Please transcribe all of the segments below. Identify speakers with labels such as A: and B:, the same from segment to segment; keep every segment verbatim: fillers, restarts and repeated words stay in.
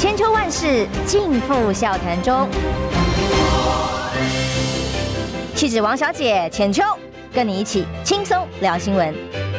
A: 千秋万世尽付笑谈中。气质王小姐浅秋，跟你一起轻松聊新闻。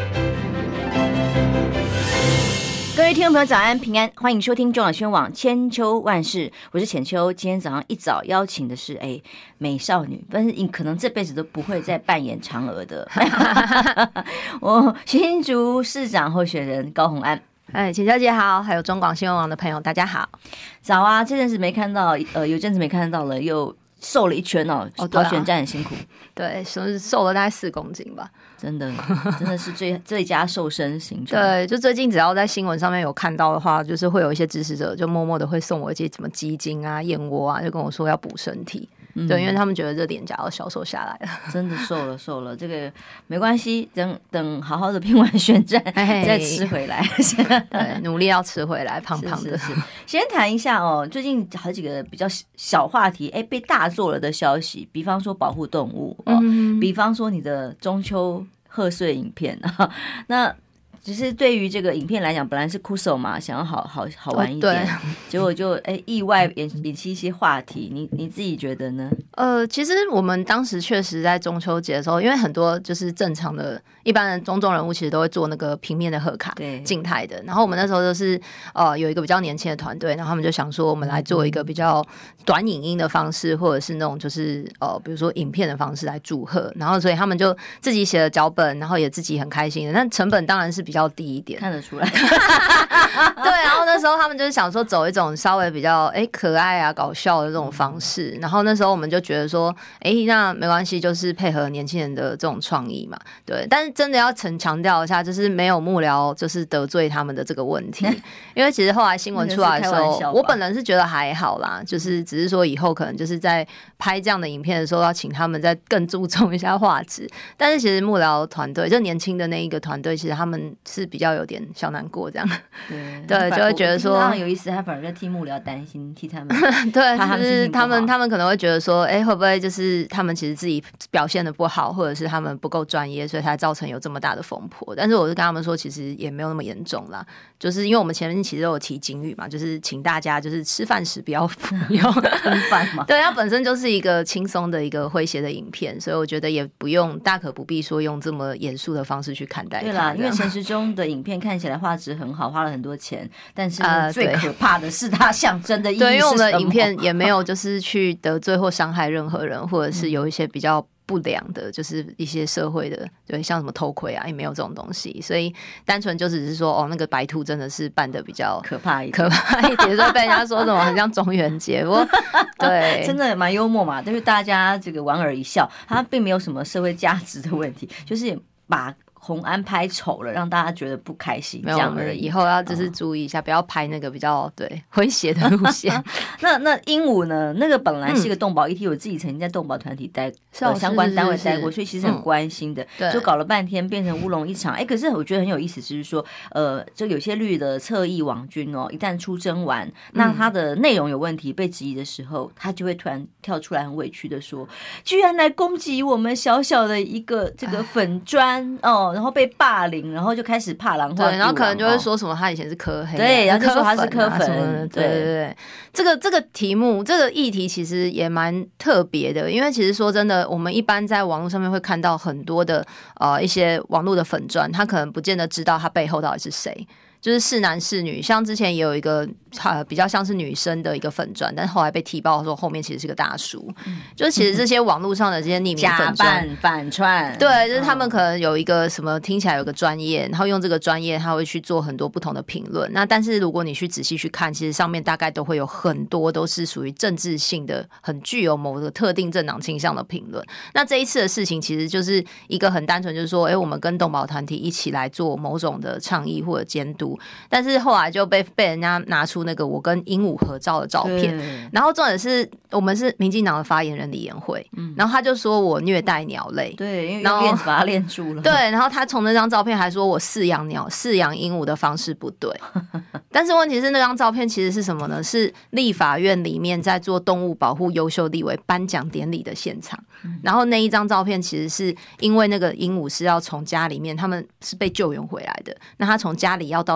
A: 各位听众朋友早安平安，欢迎收听中广宣网千秋万世，我是浅秋。今天早上一早邀请的是哎美少女，但是你可能这辈子都不会再扮演嫦娥的我新竹市长候选人高虹安。
B: 哎，浅小姐好，还有中广新闻网的朋友大家好。
A: 早啊，这阵子没看到，呃，有阵子没看到了，又瘦了一圈哦，
B: 哦
A: 跑选战很辛苦。
B: 对，瘦瘦了大概四公斤吧，
A: 真的，真的是最最佳瘦身行程。
B: 对，就最近只要在新闻上面有看到的话，就是会有一些支持者就默默的会送我一些什么鸡精啊、燕窝啊，就跟我说要补身体。嗯、对，因为他们觉得这脸颊要消瘦下来了，
A: 真的瘦了，瘦了，这个没关系，等等好好的拼完选战再吃回来。
B: 对，努力要吃回来，胖胖的。
A: 是是是先谈一下哦，最近好几个比较小话题，哎，被大做了的消息，比方说保护动物哦，嗯、比方说你的中秋贺岁影片啊，那。只是对于这个影片来讲，本来是酷手嘛，想要好好好玩一点，哦、结果就哎意外引引起一些话题。你你自己觉得呢？
B: 呃，其实我们当时确实在中秋节的时候，因为很多就是正常的一般的公众人物，其实都会做那个平面的贺卡，对，静态的。然后我们那时候就是呃有一个比较年轻的团队，然后他们就想说，我们来做一个比较短影音的方式，或者是那种就是呃比如说影片的方式来祝贺。然后所以他们就自己写了脚本，然后也自己很开心的。但成本当然是比较比较低一点，
A: 看得出来。
B: 对，然后那时候他们就是想说走一种稍微比较哎可爱啊、搞笑的这种方式。然后那时候我们就觉得说，哎，那没关系，就是配合年轻人的这种创意嘛。对，但是真的要强强调一下，就是没有幕僚就是得罪他们的这个问题。因为其实后来新闻出来的时候，我本人是觉得还好啦，就是只是说以后可能就是在拍这样的影片的时候，要请他们再更注重一下画质。但是其实幕僚团队就年轻的那一个团队，其实他们是比较有点小难过这样，
A: 对
B: 对，就会觉得说
A: 有意思，他反而在替幕僚担心，替他们
B: 对，就是他们他们可能会觉得说，哎，会不会就是他们其实自己表现的不好，或者是他们不够专业，所以才造成有这么大的风波。但是我是跟他们说，其实也没有那么严重啦，就是因为我们前面其实都有提警语嘛，就是请大家就是吃饭时不要不要
A: 分饭嘛，
B: 对，它本身就是一个轻松的一个诙谐的影片，所以我觉得也不用大可不必说用这么严肃的方式去看待它。
A: 对啦，因为陈时中的影片看起来画质很好，花了很多钱，但是最可怕的是它象征的意义是什么？
B: 对，因为我们的影片也没有就是去得罪或伤害任何人，或者是有一些比较不良的，就是一些社会的，对，像什么偷窥啊，也没有这种东西，所以单纯就只是说，哦，那个白兔真的是办的比较
A: 可怕一点，
B: 可怕一点，所以被人家说什么很像中元节，不过对，
A: 真的蛮幽默嘛，就是大家这个莞尔一笑，它并没有什么社会价值的问题，就是把虹安拍丑了，让大家觉得不开心，这样而已。
B: 以后要就是注意一下，哦、不要拍那个比较对诙谐的路线。
A: 那那鹦鹉呢？那个本来是一个动保议题，嗯、我自己曾经在动保团体待、呃、相关单位待过，所以其实很关心的。嗯、就搞了半天变成乌龙一场。哎，可是我觉得很有意思，就是说，呃，就有些绿的侧翼网军哦，一旦出征完，那它的内容有问题被质疑的时候，他就会突然跳出来很委屈的说，居然来攻击我们小小的一个这个粉专哦。然后被霸凌，然后就开始怕狼化，
B: 对，然后可能就会说什么他以前是科黑、啊，
A: 对，然后就说他是科粉，
B: 粉对对对。这个这个题目，这个议题其实也蛮特别的，因为其实说真的，我们一般在网络上面会看到很多的呃一些网络的粉专，他可能不见得知道他背后到底是谁。就是是男是女，像之前也有一个呃比较像是女生的一个粉专，但是后来被踢爆说后面其实是个大叔，嗯、就是其实这些网络上的这些匿名粉专
A: 假扮反串，
B: 对，就是他们可能有一个什么听起来有个专业，然后用这个专业他会去做很多不同的评论。那但是如果你去仔细去看，其实上面大概都会有很多都是属于政治性的，很具有某个特定政党倾向的评论。那这一次的事情其实就是一个很单纯，就是说，哎，我们跟动保团体一起来做某种的倡议或者监督。但是后来就被被人家拿出那个我跟鹦鹉合照的照片，然后重点是我们是民进党的发言人李延慧，嗯、然后他就说我虐待鸟类，
A: 对，因为用链子把它链住了，
B: 对，然后他从那张照片还说我饲养鸟、饲养鹦鹉的方式不对，但是问题是那张照片其实是什么呢？是立法院里面在做动物保护优秀立委颁奖典礼的现场，嗯、然后那一张照片其实是因为那个鹦鹉是要从家里面，他们是被救援回来的，那他从家里要到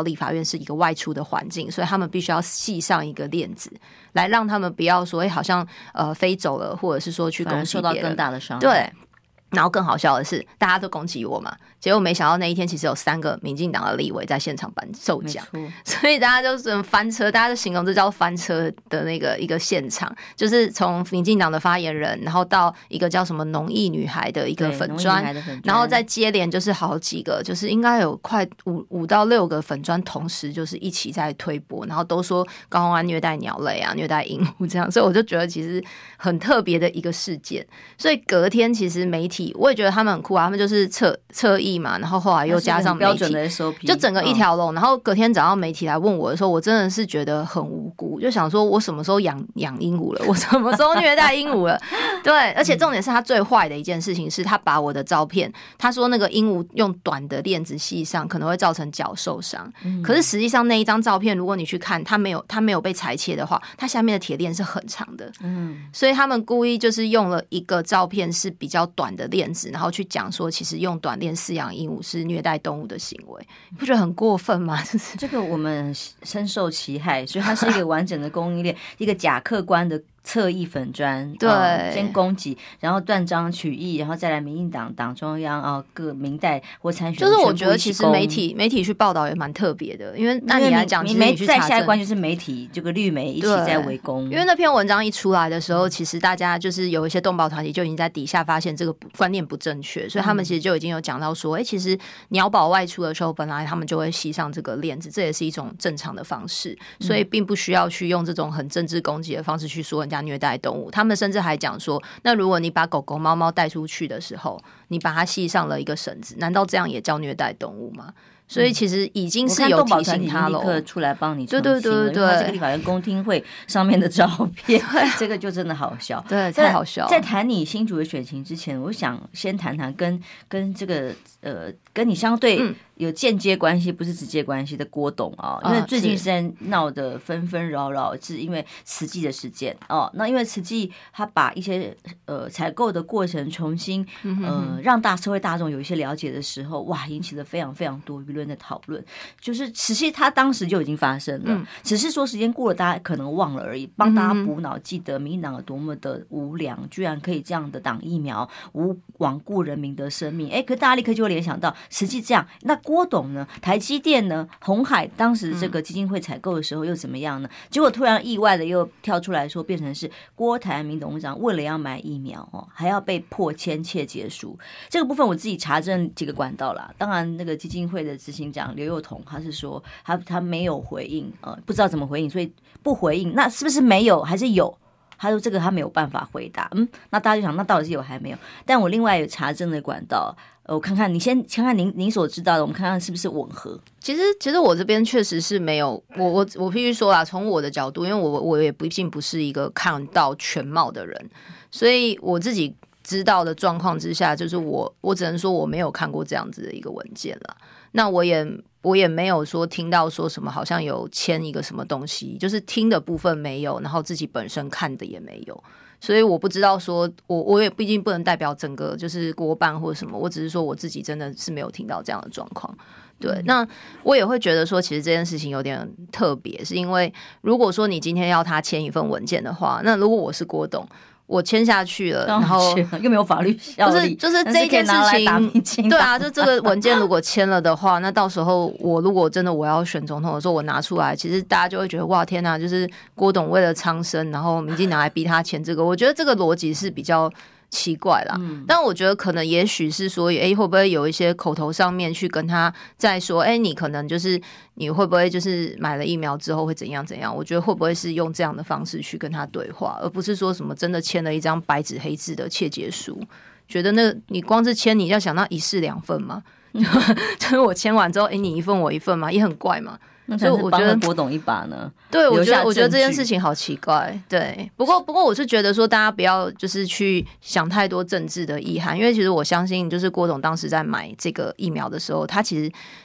B: 立法院是一个外出的环境，所以他们必须要系上一个链子，来让他们不要说，哎，好像呃飞走了，或者是说去攻击别人，
A: 受到更大的伤害。
B: 对。然后更好笑的是，大家都攻击我嘛，结果没想到那一天其实有三个民进党的立委在现场颁授奖，所以大家就是翻车，大家就形容这叫翻车的那个一个现场，就是从民进党的发言人，然后到一个叫什么农艺女孩的一个粉专，然后再接连就是好几个，就是应该有快五五到六个粉专同时就是一起在推播，然后都说高虹安虐待鸟类啊，虐待鹦鹉这样，所以我就觉得其实很特别的一个事件，所以隔天其实媒体。我也觉得他们很酷啊，他们就是侧侧翼嘛，然后后来又加上媒体，
A: 标准的 S O P，
B: 就整个一条龙。嗯、然后隔天早上媒体来问我的时候，我真的是觉得很无辜，就想说我什么时候养养鹦鹉了？我什么时候虐待鹦鹉了？对，而且重点是他最坏的一件事情是他把我的照片，他说那个鹦鹉用短的链子系上可能会造成脚受伤，嗯、可是实际上那一张照片，如果你去看，它没有它没有被裁切的话，它下面的铁链是很长的，嗯，所以他们故意就是用了一个照片是比较短的链子，然后去讲说，其实用短链饲养鹦鹉是虐待动物的行为，你不觉得很过分吗？就是
A: 这个我们深受其害，所以它是一个完整的供应链，一个假客观的侧翼粉专，
B: 对、
A: 哦，先攻击，然后断章取义，然后再来民进党党中央啊、哦、各民代或参选，
B: 就是我觉得其实媒体媒体去报道也蛮特别的，因为那你来讲，其实你去查证，
A: 在下一关就是媒体这个绿媒一起在围攻，
B: 因为那篇文章一出来的时候，其实大家就是有一些动保团体就已经在底下发现这个观念不正确，所以他们其实就已经有讲到说，哎、欸，其实鸟保外出的时候，本来他们就会系上这个链子，这也是一种正常的方式，所以并不需要去用这种很政治攻击的方式去说人家虐待动物。他们甚至还讲说，那如果你把狗狗猫猫带出去的时候，你把它系上了一个绳子，难道这样也叫虐待动物吗？所以其实已经是有提醒他了，
A: 立刻出来帮你澄清
B: 了。对对对对，
A: 这个立法院公听会上面的照片，这个就真的好笑，
B: 对，太好笑了。
A: 在谈你新竹的选情之前，我想先谈谈跟跟这个呃跟你相对有间接关系，不是直接关系的郭董啊、哦，因为最近是在闹得纷纷扰扰，是因为慈济的事件哦。那因为慈济他把一些呃采购的过程重新呃让大社会大众有一些了解的时候，哇，引起了非常非常多舆论的讨论。就是慈禧他当时就已经发生了，嗯、只是说时间过了，大家可能忘了而已。帮大家补脑，记得民进党有多么的无良，居然可以这样的挡疫苗，无罔顾人民的生命。哎，可大家立刻就会联想到慈济这样，那郭董呢？台积电呢？鸿海当时这个基金会采购的时候又怎么样呢？嗯、结果突然意外的又跳出来说，变成是郭台铭董事长为了要买疫苗哦，还要被迫签切结书。这个部分我自己查证几个管道啦。当然，那个基金会的执行长刘宥彤他是说他他没有回应，呃，不知道怎么回应，所以不回应。那是不是没有还是有？他说这个他没有办法回答。嗯，那大家就想，那到底是有还没有？但我另外有查证的管道。我看看，你先看看您您所知道的，我们看看是不是吻合。
B: 其实，其实我这边确实是没有，我我我必须说啦，从我的角度，因为我我也毕竟不是一个看到全貌的人，所以我自己知道的状况之下，就是我我只能说我没有看过这样子的一个文件啦。那我也我也没有说听到说什么好像有签一个什么东西，就是听的部分没有，然后自己本身看的也没有。所以我不知道说，我我也毕竟不能代表整个就是国办或者什么，我只是说我自己真的是没有听到这样的状况。对，嗯、那我也会觉得说，其实这件事情有点特别，是因为如果说你今天要他签一份文件的话，那如果我是郭董，我签下去了，然后
A: 又没有法律效力，
B: 就是就是这件事情，对啊，就这个文件如果签了的话，那到时候我如果真的我要选总统的时候，我拿出来，其实大家就会觉得哇天哪，就是郭董为了苍生，然后民进党来逼他签这个，我觉得这个逻辑是比较奇怪啦，嗯、但我觉得可能也许是说，哎，会不会有一些口头上面去跟他再说，哎，你可能就是你会不会就是买了疫苗之后会怎样怎样？我觉得会不会是用这样的方式去跟他对话，而不是说什么真的签了一张白纸黑字的切结书？觉得那你光是签，你要想到一式两份嘛？嗯、就是我签完之后，哎，你一份我一份嘛，也很怪嘛。
A: 所以我觉得郭董一把呢，
B: 对，我觉得我觉得这件事情好奇怪，对。不过不过我是觉得说，大家不要就是去想太多政治的意涵，因为其实我相信，就是郭董当时在买这个疫苗的时候，他其实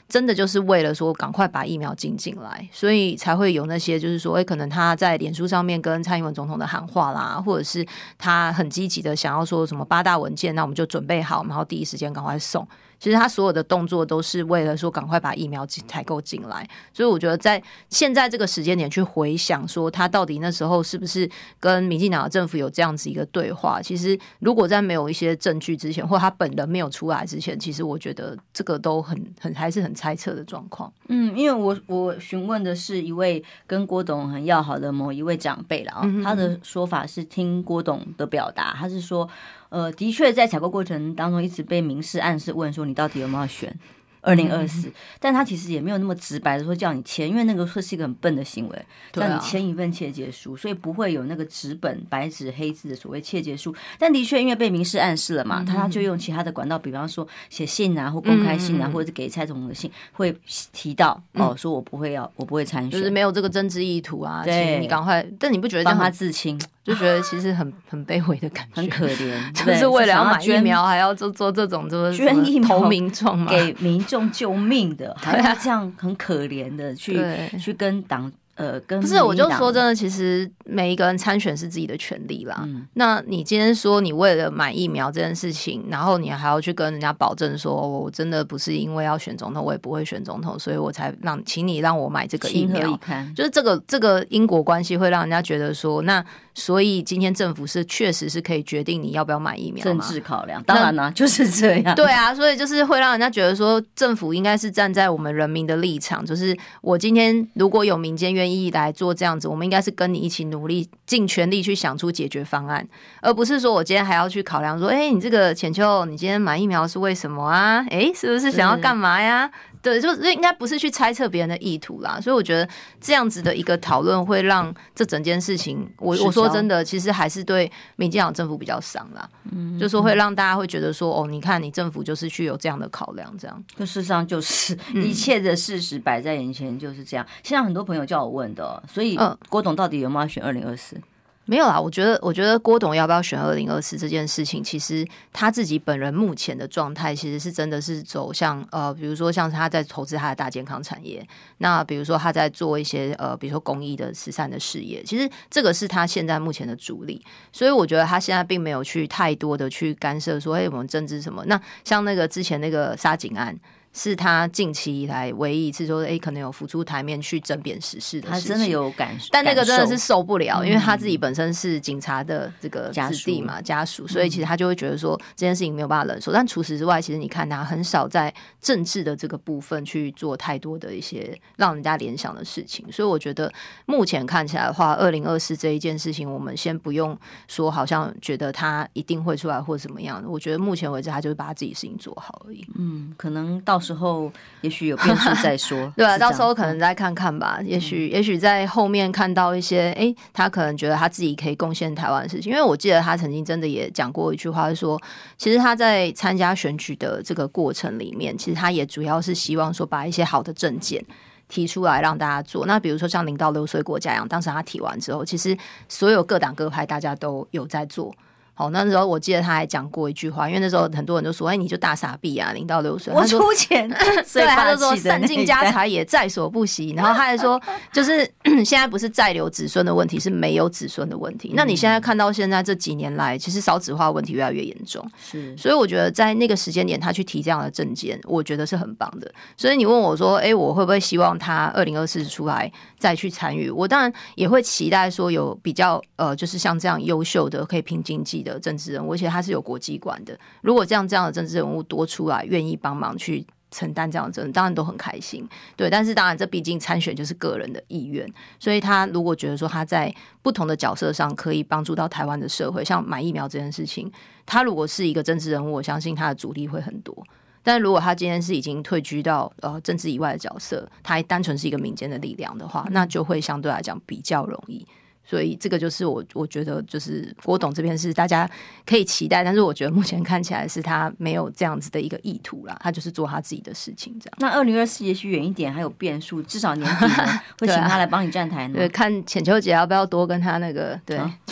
B: 真的就是为了说赶快把疫苗进进来，所以才会有那些就是说，哎、欸，可能他在脸书上面跟蔡英文总统的喊话啦，或者是他很积极的想要说什么八大文件，那我们就准备好，然后第一时间赶快送。其实他所有的动作都是为了说赶快把疫苗采购进来，所以我觉得在现在这个时间点去回想说他到底那时候是不是跟民进党的政府有这样子一个对话，其实如果在没有一些证据之前，或他本人没有出来之前，其实我觉得这个都很很还是很猜测的状况。
A: 嗯，因为我我询问的是一位跟郭董很要好的某一位长辈了啊、嗯，他的说法是听郭董的表达，他是说。呃，的确，在采购过程当中，一直被明示暗示问说你到底有没有选二零二四，但他其实也没有那么直白的说叫你签，因为那个会是一个很笨的行为，叫你签一份切结书，所以不会有那个纸本白纸黑字的所谓切结书。但的确，因为被明示暗示了嘛，他就用其他的管道，比方说写信啊，或公开信啊，或者给蔡总统的信，会提到哦，说我不会要，我不会参选，
B: 就是没有这个政治意图啊，请你赶快。但你不觉得这样
A: 帮他自清？
B: 就觉得其实很很卑微的感觉，
A: 很可怜，
B: 就是为了要买疫苗，还要做做这种就是
A: 捐疫苗
B: 投名状嘛，
A: 给民众救命的，还要这样很可怜的去去跟党。呃，跟
B: 不是，我就说真的，其实每一个人参选是自己的权利啦。嗯、那你今天说你为了买疫苗这件事情，然后你还要去跟人家保证说，哦、我真的不是因为要选总统，我也不会选总统，所以我才让，请你让我买这个疫苗。就是这个这个因果关系会让人家觉得说，那所以今天政府是确实是可以决定你要不要买疫苗吗？
A: 政治考量，当然啦、啊，就是这样。
B: 对啊，所以就是会让人家觉得说，政府应该是站在我们人民的立场，就是我今天如果有民间愿意来做这样子，我们应该是跟你一起努力，尽全力去想出解决方案，而不是说我今天还要去考量说，哎、欸，你这个浅秋，你今天买疫苗是为什么啊？哎、欸，是不是想要干嘛呀？对，就应该不是去猜测别人的意图啦，所以我觉得这样子的一个讨论会让这整件事情，我我说真的，其实还是对民进党政府比较伤啦，嗯，就说会让大家会觉得说，哦，你看你政府就是去有这样的考量，这样，
A: 就事实上就是一切的事实摆在眼前就是这样。嗯、现在很多朋友叫我问的，所以郭董到底有没有要选二零二四？
B: 没有啦，我觉得，我觉得郭董要不要选二零二四这件事情，其实他自己本人目前的状态，其实是真的是走向呃，比如说像他在投资他的大健康产业，那比如说他在做一些呃，比如说公益的慈善的事业，其实这个是他现在目前的主力，所以我觉得他现在并没有去太多的去干涉说，哎，我们政治什么？那像那个之前那个沙井案。是他近期以来唯一一次说，哎、欸，可能有浮出台面去争辩时事的事情，
A: 他真的有感受，
B: 但那个真的是受不了，嗯、因为他自己本身是警察的这个子弟嘛，家属，所以其实他就会觉得说这件事情没有办法忍受。但除此之外，其实你看他很少在政治的这个部分去做太多的一些让人家联想的事情，所以我觉得目前看起来的话，二零二四这一件事情，我们先不用说好像觉得他一定会出来或怎么样的，我觉得目前为止他就是把他自己事情做好而已。
A: 嗯，可能到时候也许有变数再说
B: 对啊，到时候可能再看看吧，也许也许在后面看到一些哎、欸，他可能觉得他自己可以贡献台湾的事情，因为我记得他曾经真的也讲过一句话，是说其实他在参加选举的这个过程里面，其实他也主要是希望说把一些好的政见提出来让大家做。那比如说像零到六岁国家养，当时他提完之后，其实所有各党各派大家都有在做。好，那时候我记得他还讲过一句话，因为那时候很多人都说：“哎，你就大傻逼啊，零到六岁，
A: 我出钱。”
B: 对，他就说“散尽家财也在所不惜”。然后他还说：“就是现在不是再留子孙的问题，是没有子孙的问题。”那你现在看到现在这几年来，其实少子化问题越来越严重。
A: 是，
B: 所以我觉得在那个时间点，他去提这样的政见，我觉得是很棒的。所以你问我说：“哎，我会不会希望他二零二四出来再去参与？”我当然也会期待说有比较呃，就是像这样优秀的可以拼经济的政治人物，而且他是有国际观的。如果这样这样的政治人物多出来，愿意帮忙去承担这样的责任，当然都很开心。对，但是当然这毕竟参选就是个人的意愿，所以他如果觉得说他在不同的角色上可以帮助到台湾的社会，像买疫苗这件事情，他如果是一个政治人物，我相信他的阻力会很多。但如果他今天是已经退居到呃政治以外的角色，他还单纯是一个民间的力量的话，那就会相对来讲比较容易。所以这个就是我我觉得就是郭董这边是大家可以期待，但是我觉得目前看起来是他没有这样子的一个意图啦，他就是做他自己的事情这样。
A: 那二零二四也许远一点还有变数，至少年底呢会请他来帮你站台呢。
B: 对，看浅秋姐要不要多跟他那个对、啊、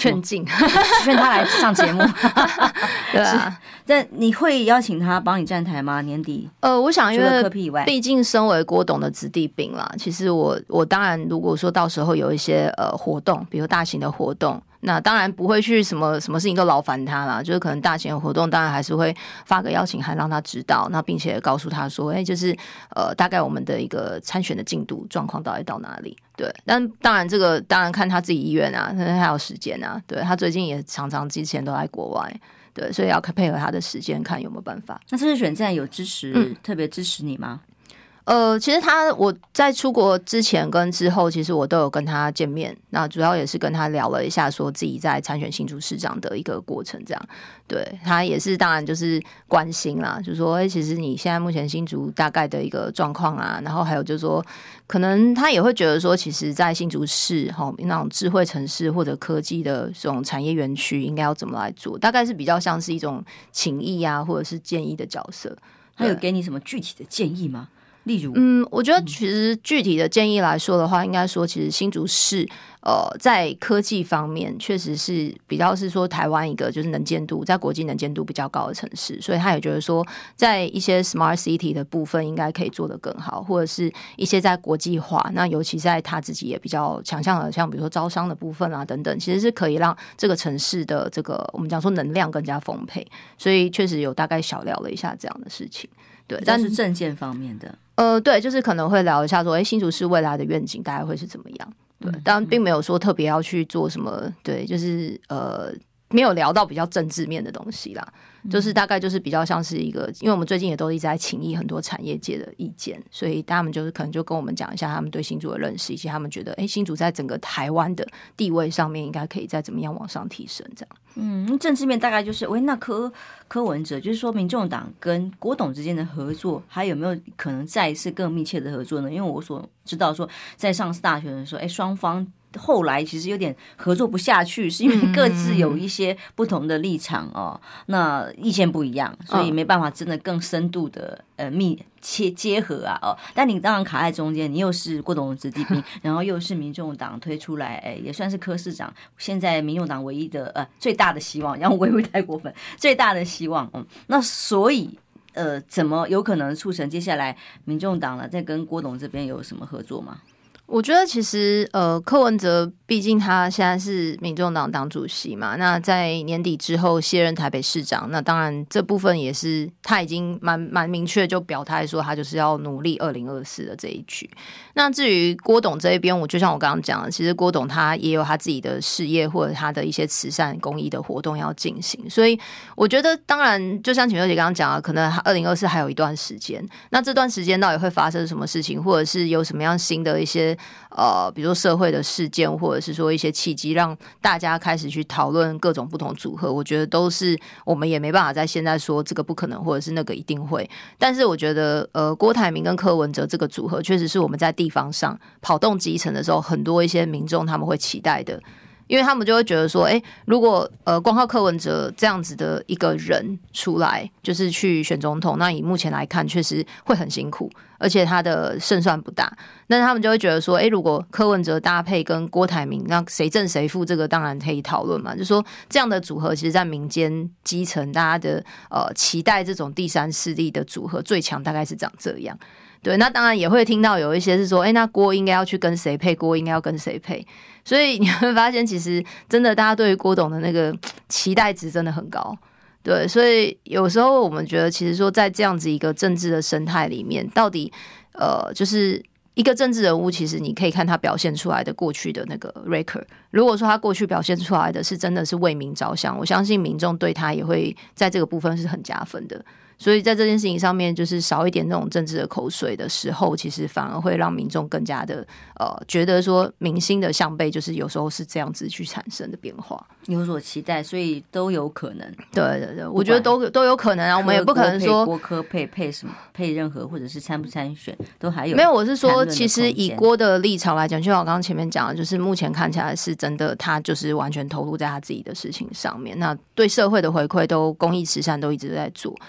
B: 劝进，
A: 劝他来上节目。
B: 对啊，
A: 那你会邀请他帮你站台吗？年底？
B: 呃，我想因为
A: 科批以外，
B: 毕竟身为郭董的子弟兵啦，其实我我当然如果说到时候有一些呃活动，比如大型的活动。那当然不会去什么什么事情都劳烦他啦，就是可能大型的活动，当然还是会发个邀请函让他知道，那并且告诉他说，哎、欸，就是呃大概我们的一个参选的进度状况到底到哪里？对，但当然这个当然看他自己意愿啊，可能还有时间啊，对他最近也常常之前都在国外。对，所以要配合他的时间，看有没有办法。
A: 那这次选战有支持、嗯、特别支持你吗？
B: 呃，其实他我在出国之前跟之后，其实我都有跟他见面，那主要也是跟他聊了一下，说自己在参选新竹市长的一个过程，这样。对他也是，当然就是关心啦，就说，哎、欸，其实你现在目前新竹大概的一个状况啊，然后还有就是说，可能他也会觉得说，其实，在新竹市哈那种智慧城市或者科技的这种产业园区，应该要怎么来做，大概是比较像是一种情意啊，或者是建议的角色。
A: 他有给你什么具体的建议吗？例如，
B: 嗯，我觉得其实具体的建议来说的话，应该说，其实新竹市呃在科技方面确实是比较是说台湾一个就是能见度在国际能见度比较高的城市，所以他也觉得说，在一些 smart city 的部分应该可以做得更好，或者是一些在国际化，那尤其在他自己也比较强项的，像比如说招商的部分啊等等，其实是可以让这个城市的这个我们讲说能量更加丰沛，所以确实有大概小聊了一下这样的事情。对，
A: 但是政见方面的，
B: 呃，对，就是可能会聊一下说，哎，新竹市未来的愿景大概会是怎么样？对，当然并没有说特别要去做什么，对，就是呃，没有聊到比较政治面的东西啦，就是大概就是比较像是一个，因为我们最近也都一直在请益很多产业界的意见，所以他们就是可能就跟我们讲一下他们对新竹的认识，以及他们觉得，哎，新竹在整个台湾的地位上面应该可以再怎么样往上提升，这样。
A: 嗯，政治面大概就是，喂，那柯柯文哲就是说，民众党跟郭董之间的合作，还有没有可能再一次更密切的合作呢？因为我所知道说，在上次大选的时候，哎，双方后来其实有点合作不下去，是因为各自有一些不同的立场哦，那意见不一样，所以没办法真的更深度的呃密切结合啊哦。但你当然卡在中间，你又是郭董的子弟兵，然后又是民众党推出来，哎，也算是柯市长现在民众党唯一的呃最大的希望，然后微微太过分，最大的希望，嗯，那所以。呃，怎么有可能促成接下来民众党呢，在跟郭董这边有什么合作吗？
B: 我觉得其实呃，柯文哲毕竟他现在是民众党党主席嘛，那在年底之后卸任台北市长，那当然这部分也是他已经蛮蛮明确就表态说他就是要努力二零二四的这一局。那至于郭董这一边，我就像我刚刚讲的，其实郭董他也有他自己的事业或者他的一些慈善公益的活动要进行，所以我觉得当然就像秦小姐刚刚讲的，可能二零二四还有一段时间，那这段时间到底会发生什么事情，或者是有什么样新的一些呃，比如说社会的事件，或者是说一些契机，让大家开始去讨论各种不同组合，我觉得都是我们也没办法在现在说这个不可能，或者是那个一定会。但是我觉得，呃，郭台铭跟柯文哲这个组合，确实是我们在地方上跑动基层的时候，很多一些民众他们会期待的。因为他们就会觉得说，哎、欸，如果呃光靠柯文哲这样子的一个人出来，就是去选总统，那以目前来看，确实会很辛苦，而且他的胜算不大。但是他们就会觉得说，哎、欸，如果柯文哲搭配跟郭台铭，那谁正谁负，这个当然可以讨论嘛。就说这样的组合，其实在民间基层，大家的呃期待这种第三势力的组合最强，大概是长这样。对，那当然也会听到有一些是说，哎、欸，那郭应该要去跟谁配，郭应该要跟谁配。所以你会发现，其实真的大家对于郭董的那个期待值真的很高。对，所以有时候我们觉得，其实说在这样子一个政治的生态里面，到底呃，就是一个政治人物，其实你可以看他表现出来的过去的那个 record。如果说他过去表现出来的是真的是为民着想，我相信民众对他也会在这个部分是很加分的。所以在这件事情上面，就是少一点那种政治的口水的时候，其实反而会让民众更加的呃，觉得说民心的向背，就是有时候是这样子去产生的变化，
A: 有所期待，所以都有可能。
B: 对对对，我觉得都都有可能啊，我们也不可能说
A: 郭柯配配什么配任何，或者是参不参选都还有。
B: 没有，我是说，其实以郭的立场来讲，就像我刚刚前面讲的，就是目前看起来是真的，他就是完全投入在他自己的事情上面，那对社会的回馈都公益慈善都一直在做。可是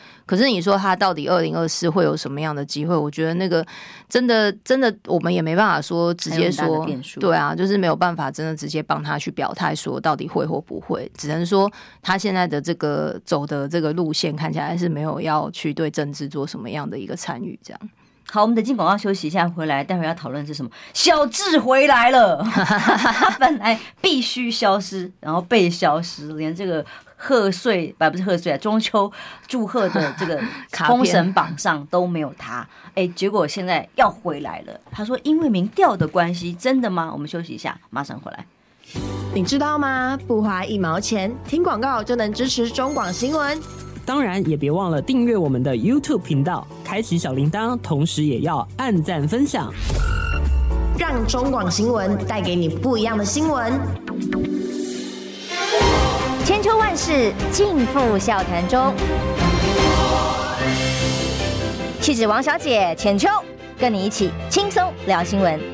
B: 是你说他到底二零二四会有什么样的机会？我觉得那个真的真的我们也没办法说直接说，对啊，就是没有办法真的直接帮他去表态说到底会或不会，只能说他现在的这个走的这个路线看起来是没有要去对政治做什么样的一个参与，这样。
A: 好，我们得进广告休息一下，回来待会要讨论是什么？小智回来了，他本来必须消失，然后被消失，连这个贺岁不不是贺岁啊，中秋祝贺的这个封神榜上都没有他。哎，结果现在要回来了。他说因为民调的关系，真的吗？我们休息一下，马上回来。
C: 你知道吗？不花一毛钱，听广告就能支持中广新闻。
D: 当然也别忘了订阅我们的 YouTube 频道，开启小铃铛，同时也要按赞分享，
C: 让中广新闻带给你不一样的新闻。
E: 千秋万世尽付笑谈中，气质王小姐浅秋，跟你一起轻松聊新闻。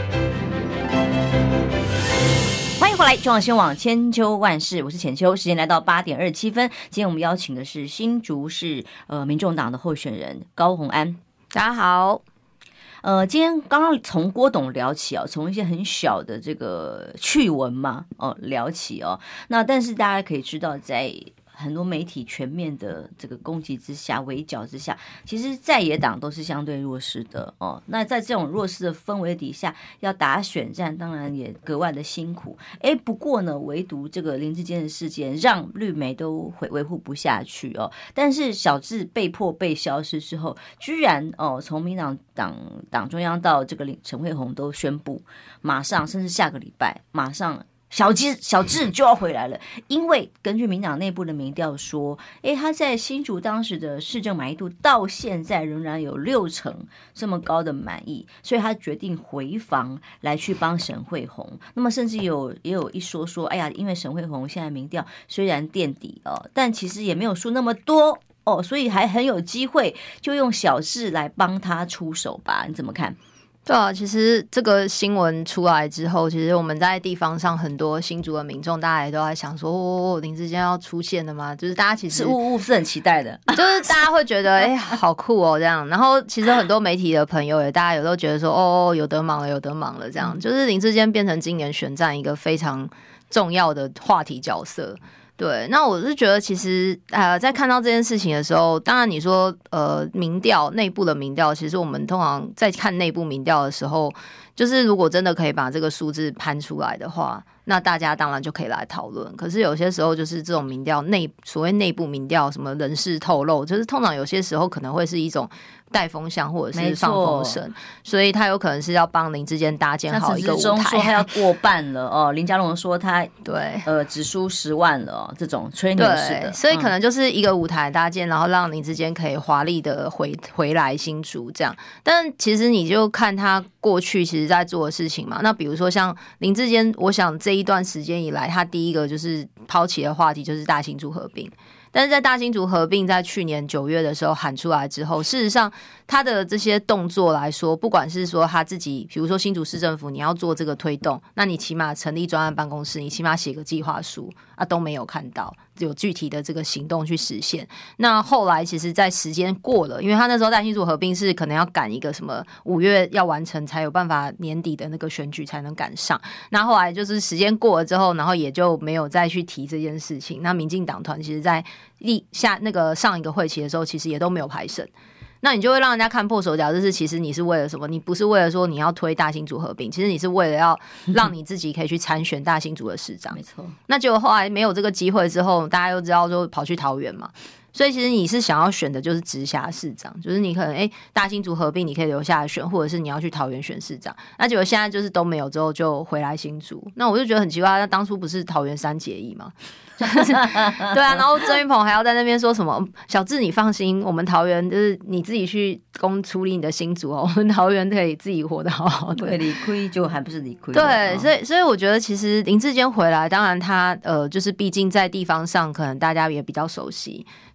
A: 欢迎回来，中广新闻网千秋万世，我是浅秋。时间来到八点二十七分，今天我们邀请的是新竹市呃民众党的候选人高虹安。
B: 大家好。
A: 呃，今天刚刚从郭董聊起哦，从一些很小的这个趣闻嘛哦聊起哦，那但是大家可以知道，在很多媒体全面的这个攻击之下、围剿之下，其实在野党都是相对弱势的哦。那在这种弱势的氛围底下，要打选战，当然也格外的辛苦。哎，不过呢，唯独这个林智坚的事件，让绿媒都维护不下去哦。但是小智被迫被消失之后，居然哦，从民党党党中央到这个陈慧虹都宣布，马上甚至下个礼拜马上。小智小智就要回来了，因为根据民党内部的民调说，诶，他在新竹当时的市政满意度到现在仍然有六成这么高的满意，所以他决定回防来去帮沈慧虹。那么甚至有也有一说说，哎呀，因为沈慧虹现在民调虽然垫底哦，但其实也没有输那么多哦，所以还很有机会，就用小智来帮他出手吧？你怎么看？
B: 对啊，其实这个新闻出来之后，其实我们在地方上很多新竹的民众，大家也都在想说，哦，林智坚要出现了吗？就是大家其实
A: 是呜呜是很期待的，
B: 就是大家会觉得，哎、欸，好酷哦，这样。然后其实很多媒体的朋友也，大家有都觉得说，哦，有得忙了，有得忙了，这样。就是林智坚变成今年选战一个非常重要的话题角色。对，那我是觉得其实呃，在看到这件事情的时候，当然你说呃，民调内部的民调，其实我们通常在看内部民调的时候，就是如果真的可以把这个数字攀出来的话，那大家当然就可以来讨论。可是有些时候就是这种民调内所谓内部民调，什么人事透露，就是通常有些时候可能会是一种带风向或者是放风声，所以他有可能是要帮林智坚搭建好一个舞台。
A: 陈时中说他要过半了哦，林佳龙说他
B: 对
A: 呃只输十万了哦，这种吹牛式的，
B: 所以可能就是一个舞台搭建，然后让林智坚可以华丽的回回来新竹这样。但其实你就看他过去其实在做的事情嘛，那比如说像林智坚，我想这一段时间以来，他第一个就是抛弃的话题就是大新竹合并。但是在大新竹合并在去年九月的时候喊出来之后，事实上他的这些动作来说，不管是说他自己，比如说新竹市政府你要做这个推动，那你起码成立专案办公室，你起码写个计划书啊，都没有看到有具体的这个行动去实现。那后来其实在时间过了，因为他那时候大新竹合并是可能要赶一个什么五月要完成才有办法年底的那个选举才能赶上，那后来就是时间过了之后，然后也就没有再去提这件事情。那民进党团其实在立下那个上一个会期的时候，其实也都没有排审，那你就会让人家看破手脚，就是其实你是为了什么？你不是为了说你要推大新竹合并，其实你是为了要让你自己可以去参选大新竹的市长。
A: 没错。
B: 那结果后来没有这个机会之后，大家又知道说跑去桃园嘛。所以其实你是想要选的就是直辖市长，就是你可能哎、欸、大新竹合并你可以留下来选，或者是你要去桃园选市长。那结果现在就是都没有之后就回来新竹，那我就觉得很奇怪，那当初不是桃园三结义吗？对啊，然后郑运鹏还要在那边说什么小智你放心，我们桃园就是你自己去公处理你的新竹哦，我们桃园可以自己活得好好的。
A: 对，理亏就还不是理亏。
B: 对，所以所以我觉得其实林智坚回来，当然他呃就是毕竟在地方上可能大家也比较熟悉。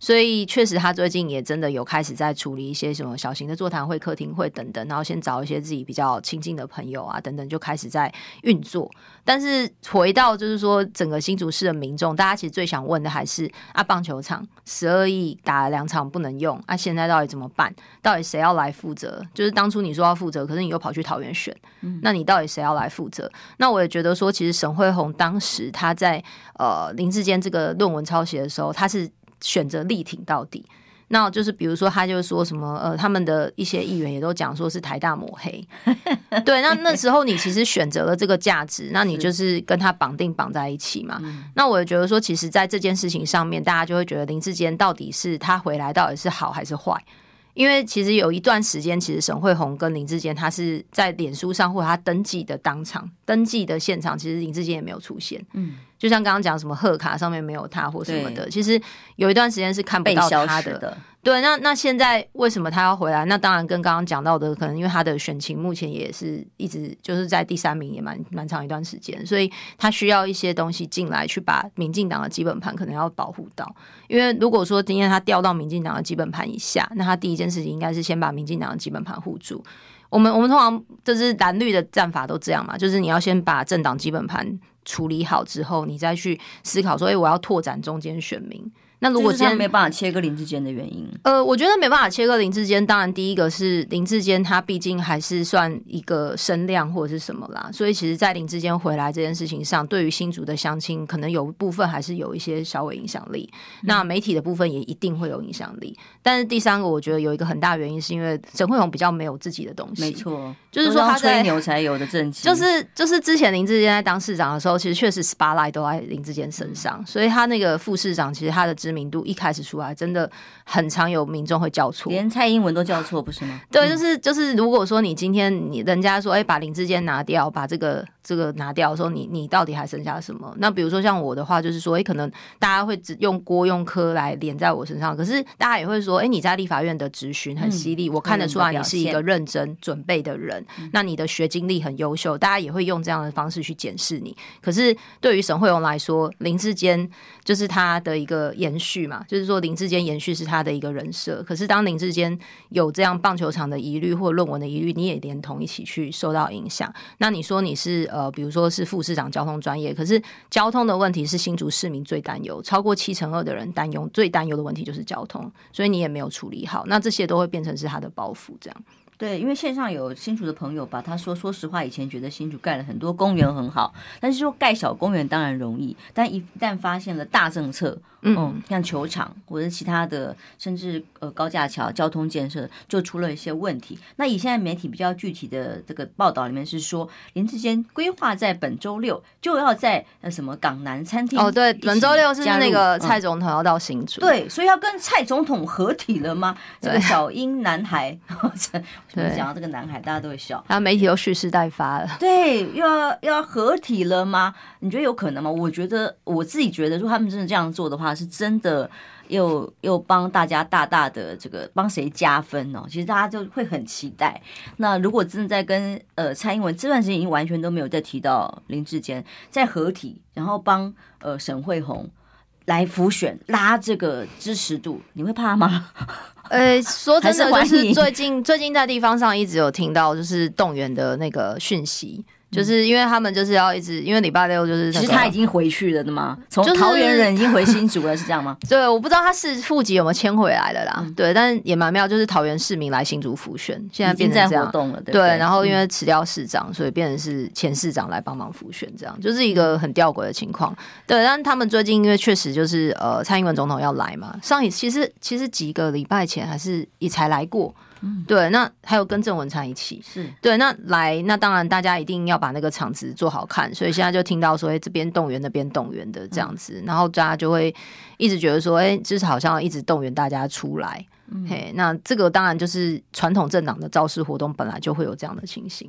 B: 所以确实他最近也真的有开始在处理一些什么小型的座谈会、客厅会等等，然后先找一些自己比较亲近的朋友啊等等，就开始在运作。但是回到就是说整个新竹市的民众，大家其实最想问的还是啊，棒球场十二亿打了两场不能用啊，现在到底怎么办？到底谁要来负责？就是当初你说要负责，可是你又跑去桃园选，嗯、那你到底谁要来负责？那我也觉得说，其实沈慧虹当时他在呃林智坚这个论文抄袭的时候，他是选择力挺到底。那就是比如说他就说什么呃，他们的一些议员也都讲说是台大抹黑对，那那时候你其实选择了这个价值，那你就是跟他绑定绑在一起嘛、嗯、那我也觉得说其实在这件事情上面大家就会觉得林智坚到底是他回来到底是好还是坏，因为其实有一段时间其实沈慧虹跟林智坚他是在脸书上或者他登记的当场登记的现场，其实林智坚也没有出现，嗯，就像刚刚讲什么贺卡上面没有他或什么的，其实有一段时间是看不到他 的, 的对，那那现在为什么他要回来？那当然跟刚刚讲到的，可能因为他的选情目前也是一直就是在第三名，也蛮蛮长一段时间，所以他需要一些东西进来去把民进党的基本盘可能要保护到。因为如果说今天他掉到民进党的基本盘以下，那他第一件事情应该是先把民进党的基本盘护住。我们我们通常就是蓝绿的战法都这样嘛，就是你要先把政党基本盘处理好之后，你再去思考说，哎、欸，我要拓展中间选民。那如果今天
A: 没办法切割林智坚的原因，
B: 呃，我觉得没办法切割林智坚，当然第一个是林智坚他毕竟还是算一个声量或者是什么啦，所以其实在林智坚回来这件事情上，对于新竹的乡亲可能有部分还是有一些稍微影响力、嗯、那媒体的部分也一定会有影响力。但是第三个我觉得有一个很大原因是因为沈慧虹比较没有自己的东西，
A: 没错，
B: 就是说他在
A: 吹牛才有的政绩，
B: 就是就是之前林智坚在当市长的时候，其实确实 spotlight 都在林智坚身上，所以他那个副市长其实他的知名度一开始出来真的很常有民众会叫错，
A: 连蔡英文都叫错不是吗？
B: 对，就是就是如果说你今天你人家说哎、欸、把林智坚拿掉，把这个这个拿掉的时候，你你到底还剩下什么？那比如说像我的话就是说哎、欸、可能大家会只用郭用柯来连在我身上，可是大家也会说哎、欸、你在立法院的质询很犀利、嗯、我看得出来你是一个认真准备的人、嗯、那你的学经历很优秀，大家也会用这样的方式去检视你。可是对于沈慧虹来说，林智坚就是他的一个延续嘛，就是说林智坚延续是他的一个人设，可是当林智坚有这样棒球场的疑虑或论文的疑虑，你也连同一起去受到影响。那你说你是呃，比如说是副市长交通专业，可是交通的问题是新竹市民最担忧，超过七成二的人担忧最担忧的问题就是交通，所以你也没有处理好，那这些都会变成是他的包袱这样。
A: 对，因为线上有新竹的朋友吧，他说说实话以前觉得新竹盖了很多公园很好，但是说盖小公园当然容易，但一旦发现了大政策，嗯，嗯像球场或者其他的甚至呃高架桥交通建设就出了一些问题。那以现在媒体比较具体的这个报道里面是说，林智坚规划在本周六就要在呃什么港南餐厅
B: 哦，对，本周六是那个蔡总统要到新竹、
A: 嗯、对，所以要跟蔡总统合体了吗？这个小英男孩讲到这个男孩大家都会笑，
B: 然后媒体都蓄势待发了，
A: 对，又要又要合体了吗？你觉得有可能吗？我觉得我自己觉得，如果他们真的这样做的话，是真的又又帮大家大大的这个帮谁加分哦？其实大家就会很期待。那如果真的在跟呃蔡英文这段时间已经完全都没有再提到林智坚，在合体，然后帮呃沈慧虹来辅选拉这个支持度，你会怕吗？
B: 呃，说真的，就是最近最近在地方上一直有听到就是动员的那个讯息。就是因为他们就是要一直，因为礼拜六就是、那個、
A: 其实他已经回去了的吗？从桃园人已经回新竹了，是这样吗？
B: 对，我不知道他是户籍有没有迁回来了啦。嗯、对，但也蛮妙，就是桃园市民来新竹辅选，现在变成这样
A: 活动了，对不
B: 对？
A: 对，
B: 然后因为辞掉市长，嗯、所以变成是前市长来帮忙辅选，这样就是一个很吊诡的情况。对，但他们最近因为确实就是呃，蔡英文总统要来嘛，上一其实其实几个礼拜前还是也才来过。嗯、对，那还有跟郑文灿一起，
A: 是
B: 对，那来，那当然大家一定要把那个场子做好看，所以现在就听到说，哎、欸，这边动员，那边动员的这样子，嗯、然后大家就会一直觉得说，哎、欸，就是好像一直动员大家出来，嗯、嘿，那这个当然就是传统政党的造势活动本来就会有这样的情形。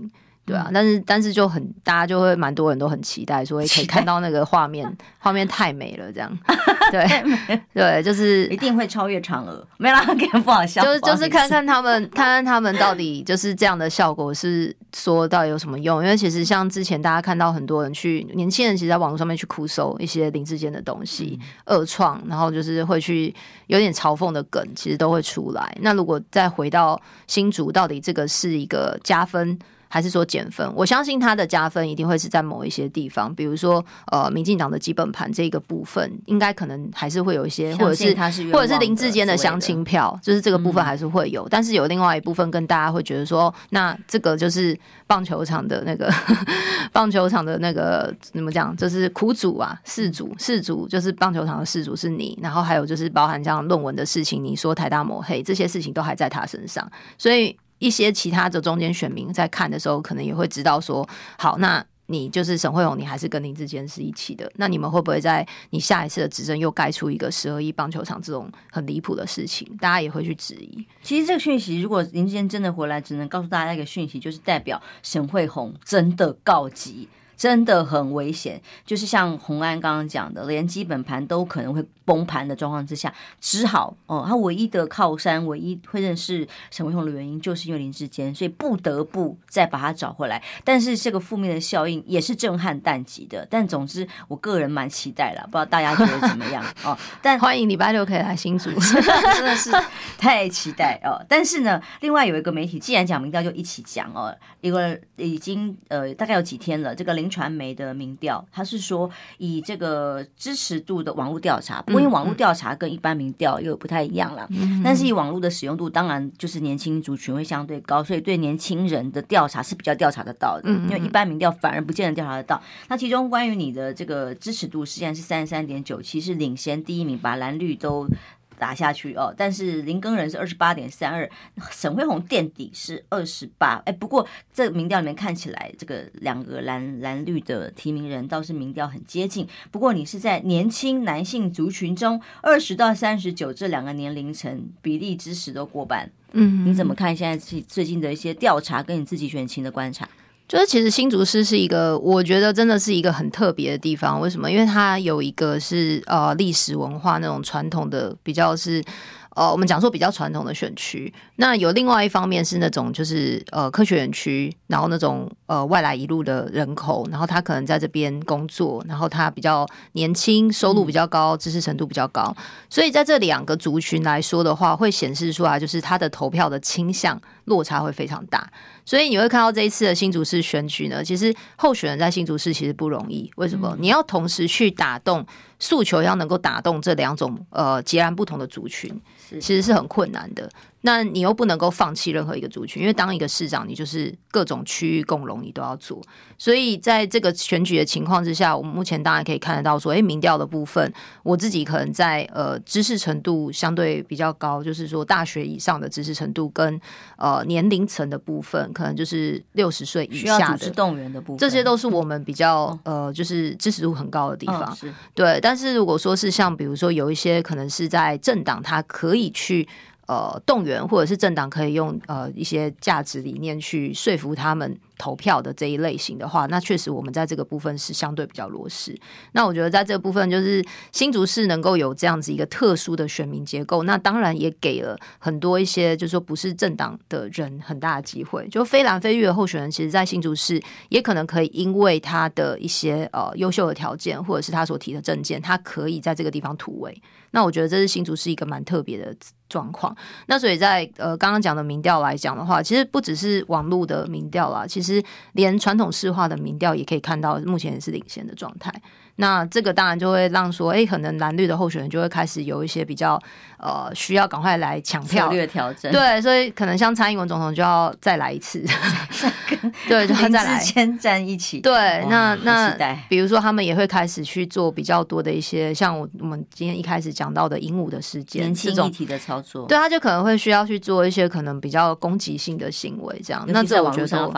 B: 对啊，但是但是就很大家就会蛮多人都很期待，说可以看到那个画面，画面太美了，这样，对对，就是
A: 一定会超越嫦娥，没啦，不好笑，
B: 就就是看看他们看看他们到底就是这样的效果是说到底有什么用？因为其实像之前大家看到很多人去年轻人其实在网络上面去酷搜一些林志坚的东西，嗯、二创，然后就是会去有点嘲讽的梗，其实都会出来。那如果再回到新竹，到底这个是一个加分？还是说减分？我相信他的加分一定会是在某一些地方，比如说呃，民进党的基本盘这个部分，应该可能还是会有一些，或者是或者是林志坚的乡亲票，就是这个部分还是会有。嗯、但是有另外一部分跟大家会觉得说，那这个就是棒球场的那个棒球场的那个怎么讲，就是苦主啊，事主事主就是棒球场的事主是你，然后还有就是包含像论文的事情，你说台大抹黑这些事情都还在他身上，所以。一些其他的中间选民在看的时候，可能也会知道说，好，那你就是沈慧虹，你还是跟林志坚是一起的，那你们会不会在你下一次的执政又盖出一个十二亿棒球场这种很离谱的事情？大家也会去质疑。
A: 其实这个讯息，如果林志坚真的回来，只能告诉大家一个讯息，就是代表沈慧虹真的告急。真的很危险，就是像洪安刚刚讲的，连基本盘都可能会崩盘的状况之下，只好哦，他唯一的靠山，唯一会认识沈慧虹的原因，就是因为林志坚，所以不得不再把他找回来。但是这个负面的效应也是震撼弹级的。但总之，我个人蛮期待啦，不知道大家觉得怎么样哦？但
B: 欢迎礼拜六可以来新竹，
A: 真的是太期待哦。但是呢，另外有一个媒体，既然讲民调，就一起讲哦。一个已经呃大概有几天了，这个林传媒的民调，他是说以这个支持度的网络调查，不过因为网络调查跟一般民调又不太一样啦，嗯、但是以网络的使用度，当然就是年轻族群会相对高，所以对年轻人的调查是比较调查得到的，嗯、因为一般民调反而不见得调查得到。那其中关于你的这个支持度，实际上是三十三点九七，是领先第一名，把蓝绿都打下去哦，但是林耕仁是二十八点三二，沈慧虹垫底是二十八。哎，不过这民调里面看起来，这个两个蓝蓝绿的提名人倒是民调很接近。不过你是在年轻男性族群中，二十到三十九这两个年龄层比例支持都过半。嗯，你怎么看现在最近的一些调查跟你自己选情的观察？
B: 就是其实新竹市是一个，我觉得真的是一个很特别的地方。为什么？因为它有一个是呃历史文化那种传统的，比较是呃我们讲说比较传统的选区。那有另外一方面是那种就是呃科学园区，然后那种呃外来移入的人口，然后他可能在这边工作，然后他比较年轻，收入比较高，知识程度比较高，所以在这两个族群来说的话，会显示出来就是他的投票的倾向落差会非常大。所以你会看到这一次的新竹市选举呢，其实候选人在新竹市其实不容易。为什么？你要同时去打动诉求，要能够打动这两种呃截然不同的族群，其实是很困难的。那你又不能够放弃任何一个族群，因为当一个市长，你就是各种区域共荣，你都要做。所以在这个选举的情况之下，我们目前当然可以看得到说，哎，民调的部分，我自己可能在呃知识程度相对比较高，就是说大学以上的知识程度跟呃年龄层的部分，可能就是六十岁以下的，需要
A: 组织动员的部分，
B: 这些都是我们比较呃就是支持度很高的地方。
A: 哦、是
B: 对，但是如果说是像比如说有一些可能是在政党，它可以去。呃，动员或者是政党可以用呃一些价值理念去说服他们投票的这一类型的话，那确实我们在这个部分是相对比较弱势。那我觉得在这个部分，就是新竹市能够有这样子一个特殊的选民结构，那当然也给了很多一些就是说不是政党的人很大的机会。就非蓝非绿的候选人，其实在新竹市也可能可以因为他的一些呃优秀的条件，或者是他所提的政见，他可以在这个地方突围。那我觉得这是新竹市一个蛮特别的状况。那所以在呃刚刚讲的民调来讲的话，其实不只是网络的民调啦，其实连传统市化的民调也可以看到，目前也是领先的状态。那这个当然就会让说，哎，可能蓝绿的候选人就会开始有一些比较呃需要赶快来抢票，
A: 策略调整。
B: 对，所以可能像蔡英文总统就要再来一次，对，就要再来
A: 林志坚站一起。
B: 对，那那比如说他们也会开始去做比较多的一些，像我我们今天一开始讲到的鹦鹉的事件，
A: 年轻议题的操作，
B: 对，他就可能会需要去做一些可能比较攻击性的行为，这样。
A: 那这我觉得发酵的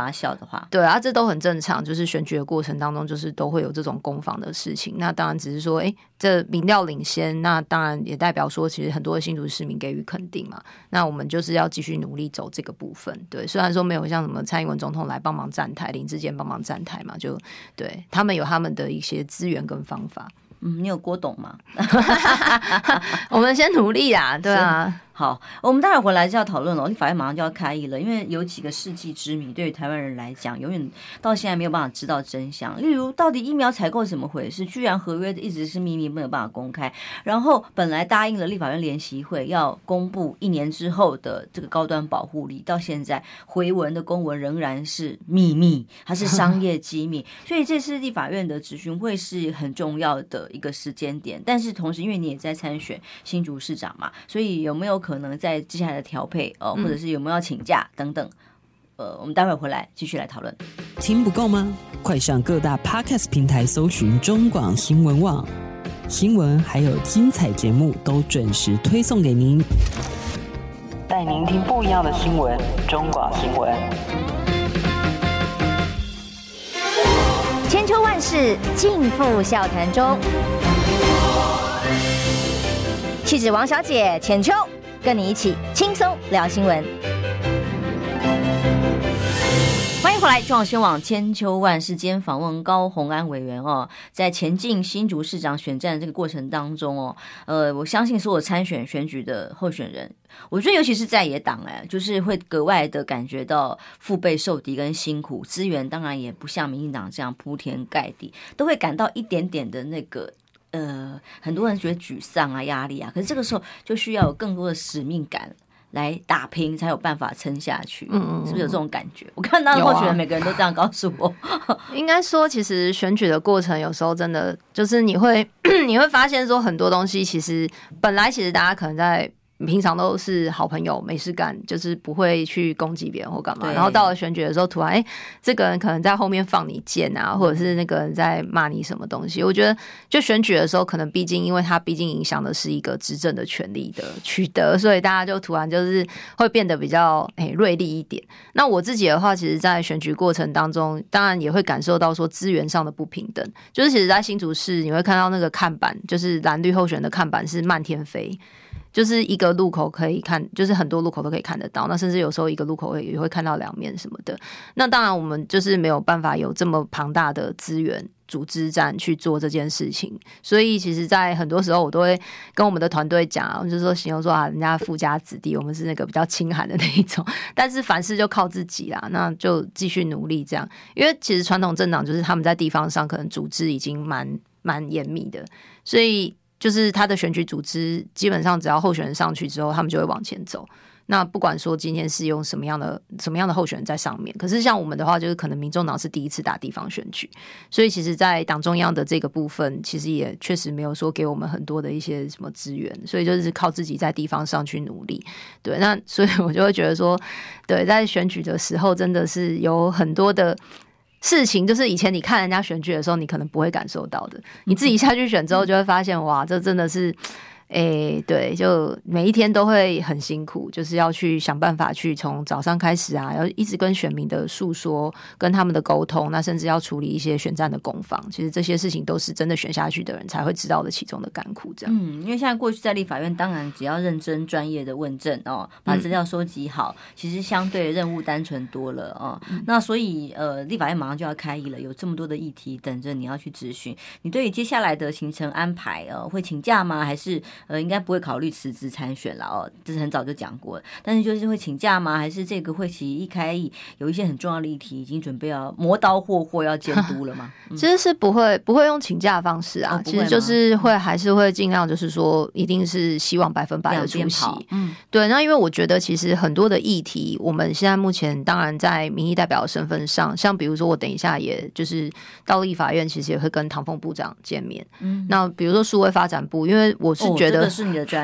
A: 的话，
B: 对啊，这都很正常，就是选举的过程当中，就是都会有这种攻防的事情。那当然只是说，哎，这民调领先，那当然也代表说，其实很多的新竹市民给予肯定嘛。那我们就是要继续努力走这个部分。对，虽然说没有像什么蔡英文总统来帮忙站台，林智坚帮忙站台嘛，就对他们有他们的一些资源跟方法。
A: 嗯，你有郭董吗？
B: 我们先努力啦，对啊。
A: 好，我们待会儿回来就要讨论了。立法院马上就要开议了，因为有几个世纪之谜，对于台湾人来讲，永远到现在没有办法知道真相。例如，到底疫苗采购怎么回事？居然合约一直是秘密，没有办法公开。然后，本来答应了立法院联席会要公布一年之后的这个高端保护力，到现在回文的公文仍然是秘密，它是商业机密。所以这次立法院的质询会是很重要的一个时间点。但是同时，因为你也在参选新竹市长嘛，所以有没有可能在接下来的调配呃，或者是有没有要请假等等，呃，我们待会儿回来继续来讨论。
D: 听不够吗？快上各大 Podcast 平台搜寻中广新闻网，新闻还有精彩节目都准时推送给您，带您听不一样的新闻。中广新闻，
E: 千秋万世尽付笑谈中。气质王小姐浅秋，跟你一起轻松聊新闻。
A: 欢迎回来，中广新闻网千秋万世间访问高虹安委员哦，在前进新竹市长选战这个过程当中哦，呃，我相信所有参选选举的候选人，我觉得尤其是在野党哎，就是会格外的感觉到腹背受敌跟辛苦，资源当然也不像民进党这样铺天盖地，都会感到一点点的那个。呃，很多人觉得沮丧啊、压力啊，可是这个时候就需要有更多的使命感来打拼，才有办法撑下去。嗯嗯，是不是有这种感觉？我看到候选人每个人都这样告诉我。
B: 应该说，其实选举的过程有时候真的就是你会你会发现说很多东西，其实本来其实大家可能在。平常都是好朋友，没事干，就是不会去攻击别人或干嘛。然后到了选举的时候，突然哎、欸，这个人可能在后面放你箭啊，或者是那个人在骂你什么东西。我觉得，就选举的时候，可能毕竟因为他毕竟影响的是一个执政的权利的取得，所以大家就突然就是会变得比较哎锐利一点。那我自己的话，其实，在选举过程当中，当然也会感受到说资源上的不平等。就是其实，在新竹市你会看到那个看板，就是蓝绿候选的看板是漫天飞。就是一个路口可以看，就是很多路口都可以看得到，那甚至有时候一个路口也会看到两面什么的。那当然我们就是没有办法有这么庞大的资源组织战去做这件事情，所以其实在很多时候我都会跟我们的团队讲，我就说形容说啊，人家富家子弟，我们是那个比较清寒的那一种，但是凡事就靠自己啦，那就继续努力这样。因为其实传统政党就是他们在地方上可能组织已经蛮蛮严密的，所以就是他的选举组织基本上只要候选人上去之后，他们就会往前走。那不管说今天是用什么样的什么样的候选人在上面，可是像我们的话，就是可能民众党是第一次打地方选举，所以其实在党中央的这个部分，其实也确实没有说给我们很多的一些什么资源，所以就是靠自己在地方上去努力。对，那所以我就会觉得说，对，在选举的时候真的是有很多的事情，就是以前你看人家选举的时候，你可能不会感受到的，你自己下去选之后就会发现，哇，这真的是诶、欸，对，就每一天都会很辛苦，就是要去想办法去从早上开始啊，要一直跟选民的诉说，跟他们的沟通，那甚至要处理一些选战的攻防。其实这些事情都是真的选下去的人才会知道的其中的甘苦。这样，
A: 嗯，因为现在过去在立法院，当然只要认真专业的问政哦，把资料收集好，嗯、其实相对任务单纯多了哦。嗯、那所以呃，立法院马上就要开议了，有这么多的议题等着你要去质询。你对于接下来的行程安排，呃，会请假吗？还是？呃，应该不会考虑辞职参选了哦，这是很早就讲过了。但是就是会请假吗？还是这个会期一开议，有一些很重要的议题已经准备要磨刀霍霍要监督了吗？
B: 嗯、其实是不会不会用请假的方式啊，哦、其实就是会还是会尽量就是说，一定是希望百分百的出席。嗯，对。那因为我觉得其实很多的议题，我们现在目前当然在民意代表的身份上，像比如说我等一下也就是到立法院，其实也会跟唐凤部长见面。嗯，那比如说数位发展部，因为我是觉得。
A: 哦，这个是你的专业，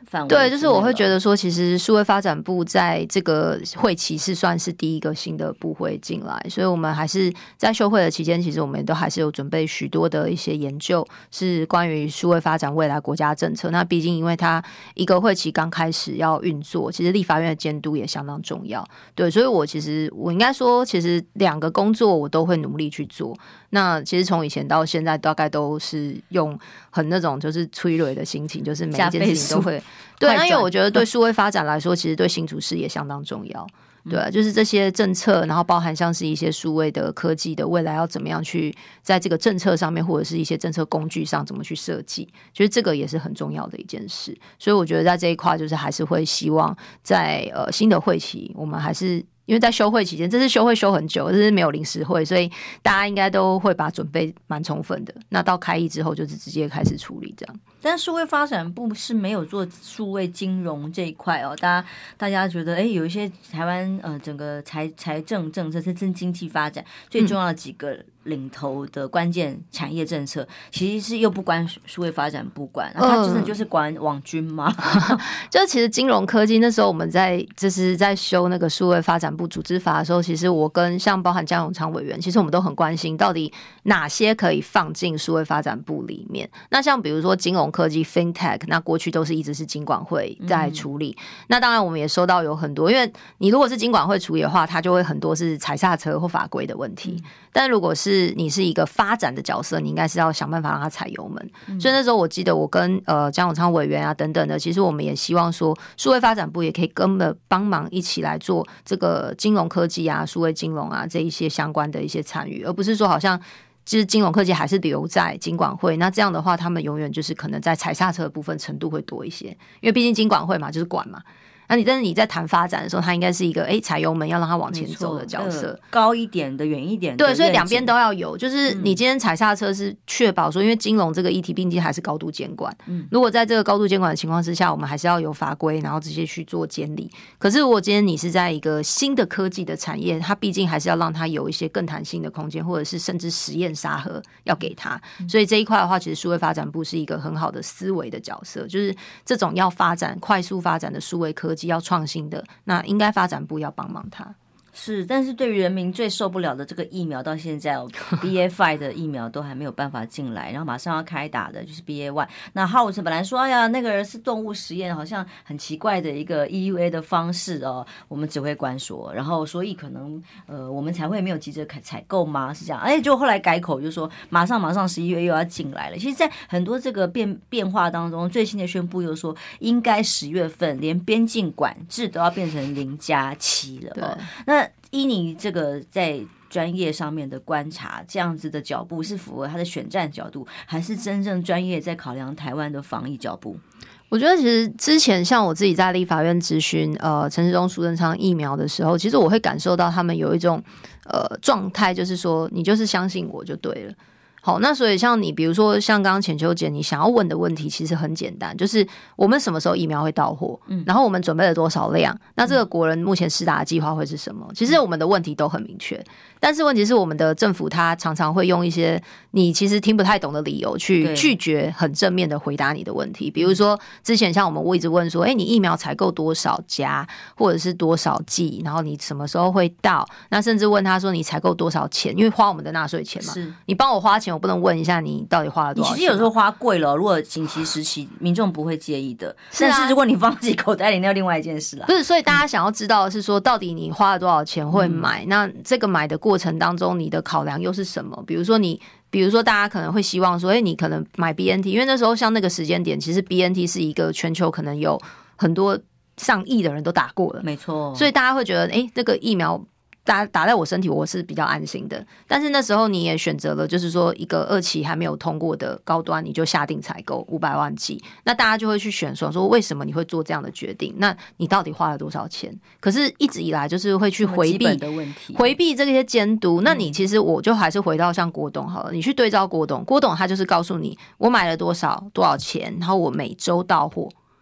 A: 范围。
B: 对，就是我会觉得说，其实数位发展部在这个会期是算是第一个新的部会进来，所以我们还是在休会的期间，其实我们都还是有准备许多的一些研究，是关于数位发展未来国家政策。那毕竟因为它一个会期刚开始要运作，其实立法院的监督也相当重要。对，所以我其实我应该说，其实两个工作我都会努力去做。那其实从以前到现在，大概都是用很那种就是催泪的心情，就是每一件事情都会对。那因为我觉得对数位发展来说，其实对新竹市也相当重要。对啊，就是这些政策，然后包含像是一些数位的科技的未来要怎么样去在这个政策上面，或者是一些政策工具上怎么去设计，就是这个也是很重要的一件事。所以我觉得在这一块，就是还是会希望在呃新的会期，我们还是。因为在休会期间，这次休会休很久，这是没有临时会，所以大家应该都会把准备蛮充分的。那到开议之后，就是直接开始处理这样。
A: 但数位发展部是没有做数位金融这一块哦，大家大家觉得，哎，有一些台湾呃整个财财政政策、是经济发展最重要的几个领头的关键产业政策，其实是又不关数位发展部管，它真的就是管网军吗？
B: 就其实金融科技那时候我们在就是在修那个数位发展部组织法的时候，其实我跟像包含江永昌委员，其实我们都很关心到底哪些可以放进数位发展部里面。那像比如说金融科技 FinTech， 那过去都是一直是金管会在处理。嗯、那当然我们也收到有很多，因为你如果是金管会处理的话，它就会很多是踩刹车或法规的问题。嗯、但如果是你是一个发展的角色，你应该是要想办法让它踩油门。嗯、所以那时候我记得我跟呃江永昌委员啊等等的，其实我们也希望说，数位发展部也可以根本帮忙一起来做这个金融科技啊、数位金融啊这一些相关的一些参与，而不是说好像。其实金融科技还是留在金管会，那这样的话，他们永远就是可能在踩刹车的部分程度会多一些，因为毕竟金管会嘛，就是管嘛。那你但是你在谈发展的时候，它应该是一个哎踩油门要让它往前走的角色，
A: 呃、高一点的、远一点的，
B: 对，所以两边都要有。就是你今天踩刹车是确保说，因为金融这个议题毕竟还是高度监管。嗯，如果在这个高度监管的情况之下，我们还是要有法规，然后直接去做监理。可是如果今天你是在一个新的科技的产业，它毕竟还是要让它有一些更弹性的空间，或者是甚至实验沙盒要给它。所以这一块的话，其实数位发展部是一个很好的思维的角色，就是这种要发展、快速发展的数位科技，要创新的。那应该发展部要帮忙他。
A: 是，但是对于人民最受不了的这个疫苗，到现在、哦、B A 五 的疫苗都还没有办法进来，然后马上要开打的就是 B A 一。那浩辰本来说，哎呀，那个是动物实验，好像很奇怪的一个 E U A 的方式哦。我们指挥官说，然后所以可能呃，我们才会没有急着采购吗？是这样？哎，就后来改口就说，马上马上十一月又要进来了。其实，在很多这个变变化当中，最新的宣布又说，应该十月份连边境管制都要变成零加七了、哦。那依你这个在专业上面的观察，这样子的脚步是符合他的选战角度，还是真正专业在考量台湾的防疫脚步？
B: 我觉得其实之前像我自己在立法院咨询呃陈时中、苏贞昌疫苗的时候，其实我会感受到他们有一种呃状态，就是说你就是相信我就对了。好，那所以像你比如说像刚刚浅秋姐你想要问的问题其实很简单，就是我们什么时候疫苗会到货、嗯、然后我们准备了多少量，那这个国人目前施打的计划会是什么，其实我们的问题都很明确，但是问题是我们的政府他常常会用一些你其实听不太懂的理由去拒绝很正面的回答你的问题。比如说之前像我们我一直问说哎、欸，你疫苗采购多少家或者是多少剂，然后你什么时候会到，那甚至问他说你采购多少钱，因为花我们的纳税钱嘛，是你帮我花钱我不能问一下你到底花了多少钱。
A: 你其实有时候花贵了，如果紧急时期民众不会介意的，是啊、但是如果你放自己口袋里那另外一件事啦。
B: 不是，所以大家想要知道的是说到底你花了多少钱会买、嗯、那这个买的过程当中你的考量又是什么。比如说你比如说大家可能会希望说哎、欸，你可能买 B N T， 因为那时候像那个时间点其实 B N T 是一个全球可能有很多上亿的人都打过了，
A: 没错，
B: 所以大家会觉得哎、欸，那个疫苗打打在我身体我是比较安心的。但是那时候你也选择了就是说一个二期还没有通过的高端，你就下定采购五百万剂，那大家就会去选说说为什么你会做这样的决定，那你到底花了多少钱。可是一直以来就是会去回避
A: 的问题，
B: 回避这些监督。那你其实我就还是回到像郭董好了，你去对照郭董，郭董他就是告诉你我买了多少多少钱，然后我每周到货，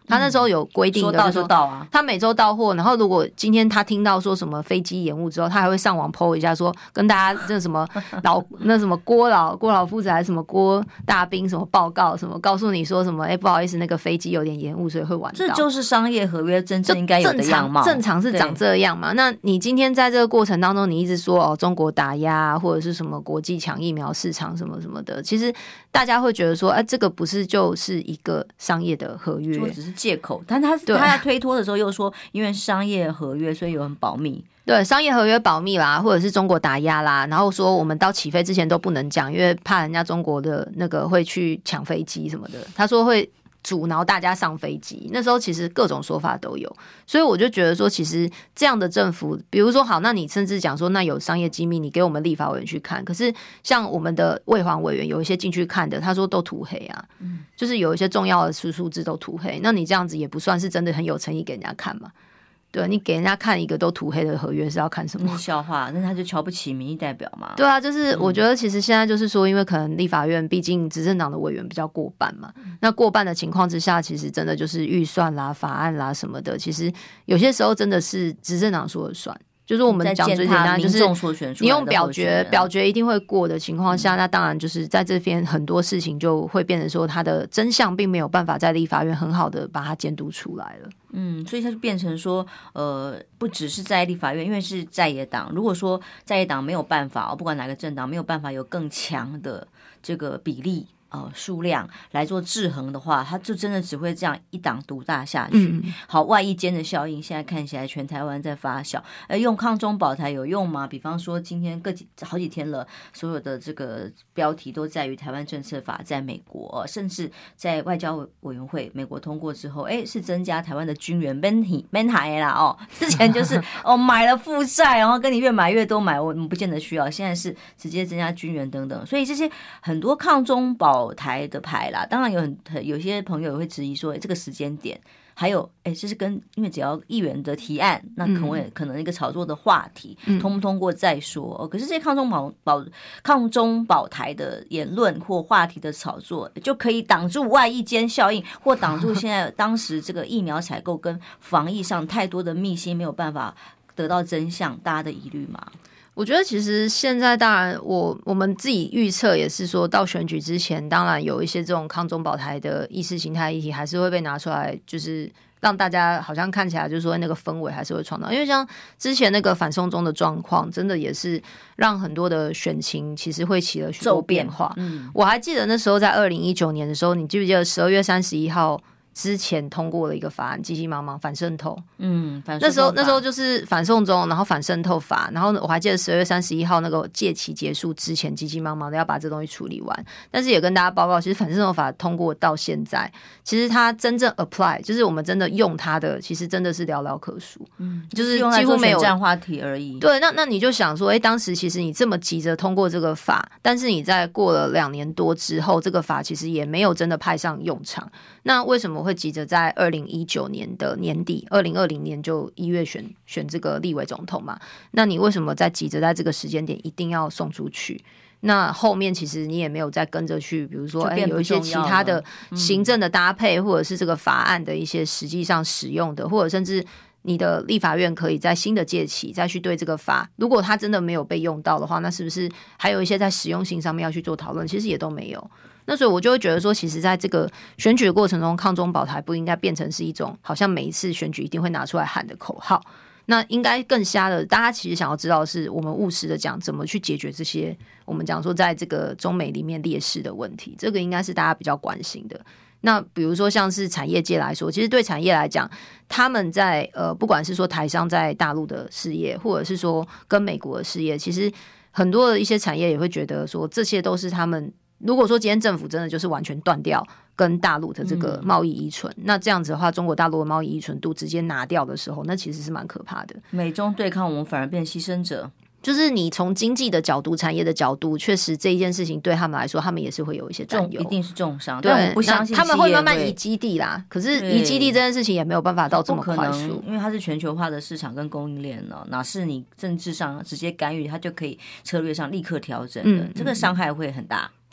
B: 他那时候有规定的，
A: 说到就到啊。
B: 他每周到货，然后如果今天他听到说什么飞机延误之后，他还会上网 po 一下说，跟大家这什么老那什么郭老郭老夫子还是什么郭大兵什么报告什么，告诉你说什么，哎、欸，不好意思，那个飞机有点延误，所以会晚到。
A: 这就是商业合约真正应该有的样貌。
B: 正常是长这样嘛？那你今天在这个过程当中，你一直说哦，中国打压或者是什么国际抢疫苗市场什么什么的，其实大家会觉得说，哎、欸，这个不是就是一个商业的合约，
A: 只是借口，但他他在推脱的时候又说，因为商业合约，所以有很保密。
B: 对，商业合约保密啦，或者是中国打压啦，然后说我们到起飞之前都不能讲，因为怕人家中国的那个会去抢飞机什么的。他说会阻挠大家上飞机，那时候其实各种说法都有，所以我就觉得说，其实这样的政府，比如说好，那你甚至讲说，那有商业机密，你给我们立法委员去看，可是像我们的卫环委员有一些进去看的，他说都涂黑啊，嗯、就是有一些重要的数数字都涂黑，那你这样子也不算是真的很有诚意给人家看嘛。对，你给人家看一个都涂黑的合约是要看什么？
A: 是笑话，那他就瞧不起民意代表嘛？
B: 对啊，就是我觉得其实现在就是说，因为可能立法院毕竟执政党的委员比较过半嘛，嗯、那过半的情况之下，其实真的就是预算啦、法案啦什么的，其实有些时候真的是执政党说了算。就是我们讲最简单，就是你用表决，表决一定会过的情况下，嗯、那当然就是在这边很多事情就会变成说，它的真相并没有办法在立法院很好的把它监督出来了。
A: 嗯，所以它就变成说，呃，不只是在立法院，因为是在野党。如果说在野党没有办法，不管哪个政党没有办法有更强的这个比例。呃，数量来做制衡的话，它就真的只会这样一党独大下去。嗯、好，外一间的效应现在看起来全台湾在发酵。而用抗中保台有用吗？比方说今天各几好几天了，所有的这个标题都在于台湾政策法在美国，甚至在外交委员会美国通过之后，哎，是增加台湾的军援 man man 台啦哦，之前就是哦买了负债，然后跟你越买越多买，我们不见得需要，现在是直接增加军援等等，所以这些很多抗中保台的牌啦，当然有很有些朋友也会质疑说，这个时间点，还有哎，这是跟因为只要议员的提案，那可能可能一个炒作的话题，嗯、通不通过再说。哦，可是这些抗中保保抗中保台的言论或话题的炒作，就可以挡住外溢间效应，或挡住现在当时这个疫苗采购跟防疫上太多的密信没有办法得到真相，大家的疑虑吗？
B: 我觉得其实现在当然我我们自己预测也是说到选举之前，当然有一些这种抗中保台的意识形态议题还是会被拿出来，就是让大家好像看起来就是说那个氛围还是会创造，因为像之前那个反送中的状况，真的也是让很多的选情其实会起了许多变化。嗯，我还记得那时候在二零一九年的时候，你记不记得十二月三十一号？之前通过了一个法案，急急忙忙反渗透，
A: 嗯，反
B: 那时候那时候就是反送中，然后反渗透法，然后我还记得十二月三十一号那个届期结束之前，急急忙忙的要把这东西处理完。但是也跟大家报告，其实反渗透法通过到现在，其实它真正 apply， 就是我们真的用它的，其实真的是寥寥可数，嗯，就是几乎没有
A: 战话题而已。
B: 对，那那你就想说，哎，当时其实你这么急着通过这个法，但是你在过了两年多之后，这个法其实也没有真的派上用场。那为什么会急着在二零一九年的年底，二零二零年就一月选选这个立委总统嘛？那你为什么在急着在这个时间点一定要送出去？那后面其实你也没有再跟着去，比如说，哎，有一些其他的行政的搭配，嗯、或者是这个法案的一些实际上使用的，或者甚至你的立法院可以在新的届期再去对这个法，如果它真的没有被用到的话，那是不是还有一些在实用性上面要去做讨论？其实也都没有。那所以我就会觉得说，其实在这个选举的过程中，抗中保台不应该变成是一种好像每一次选举一定会拿出来喊的口号。那应该更瞎的，大家其实想要知道的是，我们务实的讲怎么去解决这些我们讲说在这个中美里面劣势的问题，这个应该是大家比较关心的。那比如说像是产业界来说，其实对产业来讲，他们在呃不管是说台商在大陆的事业，或者是说跟美国的事业，其实很多的一些产业也会觉得说，这些都是他们。如果说今天政府真的就是完全断掉跟大陆的这个贸易依存，嗯、那这样子的话，中国大陆的贸易依存度直接拿掉的时候，那其实是蛮可怕的。
A: 美中对抗，我们反而变牺牲者。
B: 就是你从经济的角度、产业的角度，确实这一件事情对他们来说，他们也是会有一些担忧，
A: 一定是重伤。
B: 对，
A: 但我不相信
B: 他们会慢慢移基地啦。可是移基地这件事情也没有办法到这么快速，
A: 因为它是全球化的市场跟供应链呢，哪是你政治上直接干预，它就可以策略上立刻调整的，嗯、这个伤害会很大。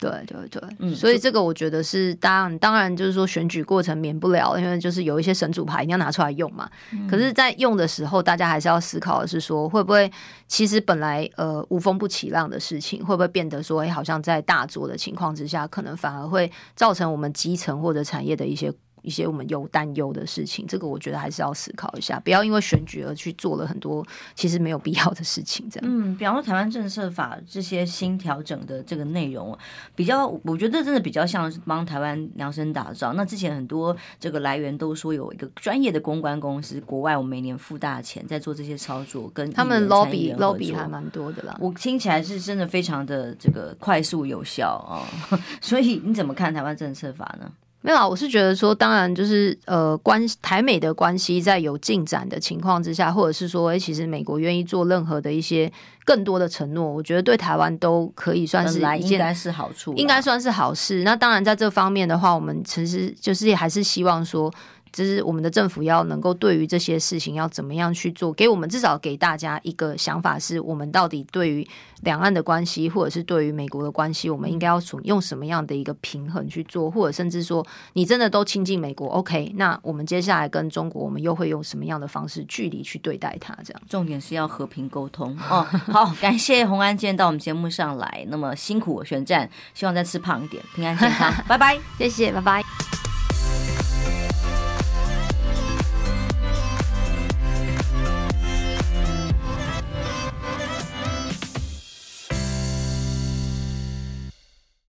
B: 对对对，嗯，所以这个我觉得是当然，当然就是说选举过程免不了，因为就是有一些神主牌一定要拿出来用嘛。嗯、可是，在用的时候，大家还是要思考的是说，会不会其实本来呃无风不起浪的事情，会不会变得说，哎、欸，好像在大做的情况之下，可能反而会造成我们基层或者产业的一些。一些我们有担忧的事情，这个我觉得还是要思考一下，不要因为选举而去做了很多其实没有必要的事情。这样，
A: 嗯，比方说台湾政策法这些新调整的这个内容，比较我觉得真的比较像是帮台湾量身打造。那之前很多这个来源都说有一个专业的公关公司，国外我们每年付大钱在做这些操作，跟
B: 他们 lobby lobby 还蛮多的啦。
A: 我听起来是真的非常的这个快速有效啊、哦，所以你怎么看台湾政策法呢？
B: 没有啊，我是觉得说，当然就是呃，关台美的关系在有进展的情况之下，或者是说，哎、欸，其实美国愿意做任何的一些更多的承诺，我觉得对台湾都可以算是一件
A: 应该是好处，
B: 应该算是好事。那当然在这方面的话，我们其实就是还是希望说。就是我们的政府要能够对于这些事情要怎么样去做，给我们至少给大家一个想法，是我们到底对于两岸的关系，或者是对于美国的关系，我们应该要用什么样的一个平衡去做，或者甚至说你真的都亲近美国 OK， 那我们接下来跟中国我们又会用什么样的方式距离去对待它，这样
A: 重点是要和平沟通哦。好，感谢洪安今天到我们节目上来，那么辛苦选战，希望再吃胖一点，平安健康拜拜。
B: 谢谢，拜拜。